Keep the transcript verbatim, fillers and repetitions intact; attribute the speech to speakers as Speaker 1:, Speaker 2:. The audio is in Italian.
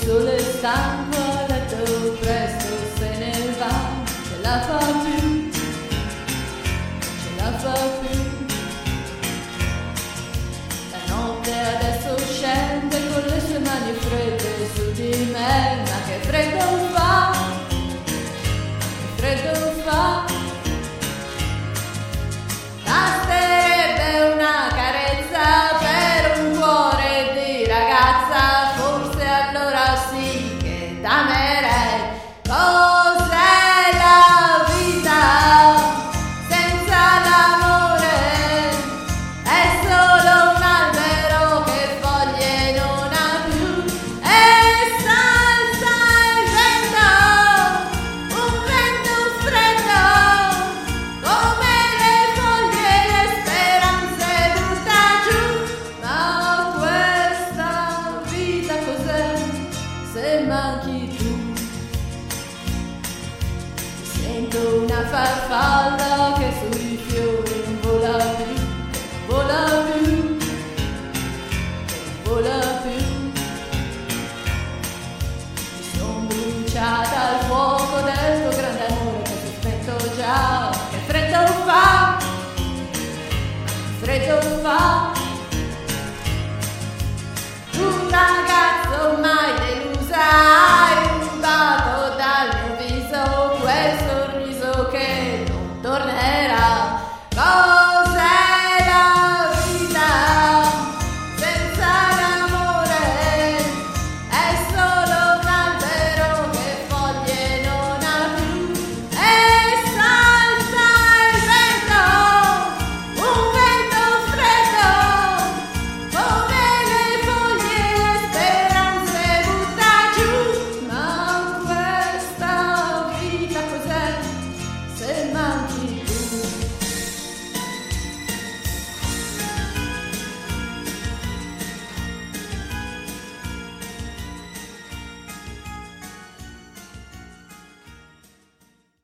Speaker 1: sole stanco a letto presto se ne va, ce la fa più, ce la fa più. La notte adesso scende con le sue mani fredde su di me, ma che freddo fa, che freddo fa. Basterebbe una carezza per un cuore di ragazza, forse allora sì che t'amerei. Cos'è la vita senza l'amore? È solo un albero che foglie non ha più, e salta il vento, un vento freddo, come le foglie le speranze butta giù. Ma questa vita cos'è se manchi tu? Sento una farfalla che sui fiori non vola più, non vola più, non vola più. Mi son bruciata al fuoco del tuo grande amore che si è spento già. Che freddo fa, che freddo fa.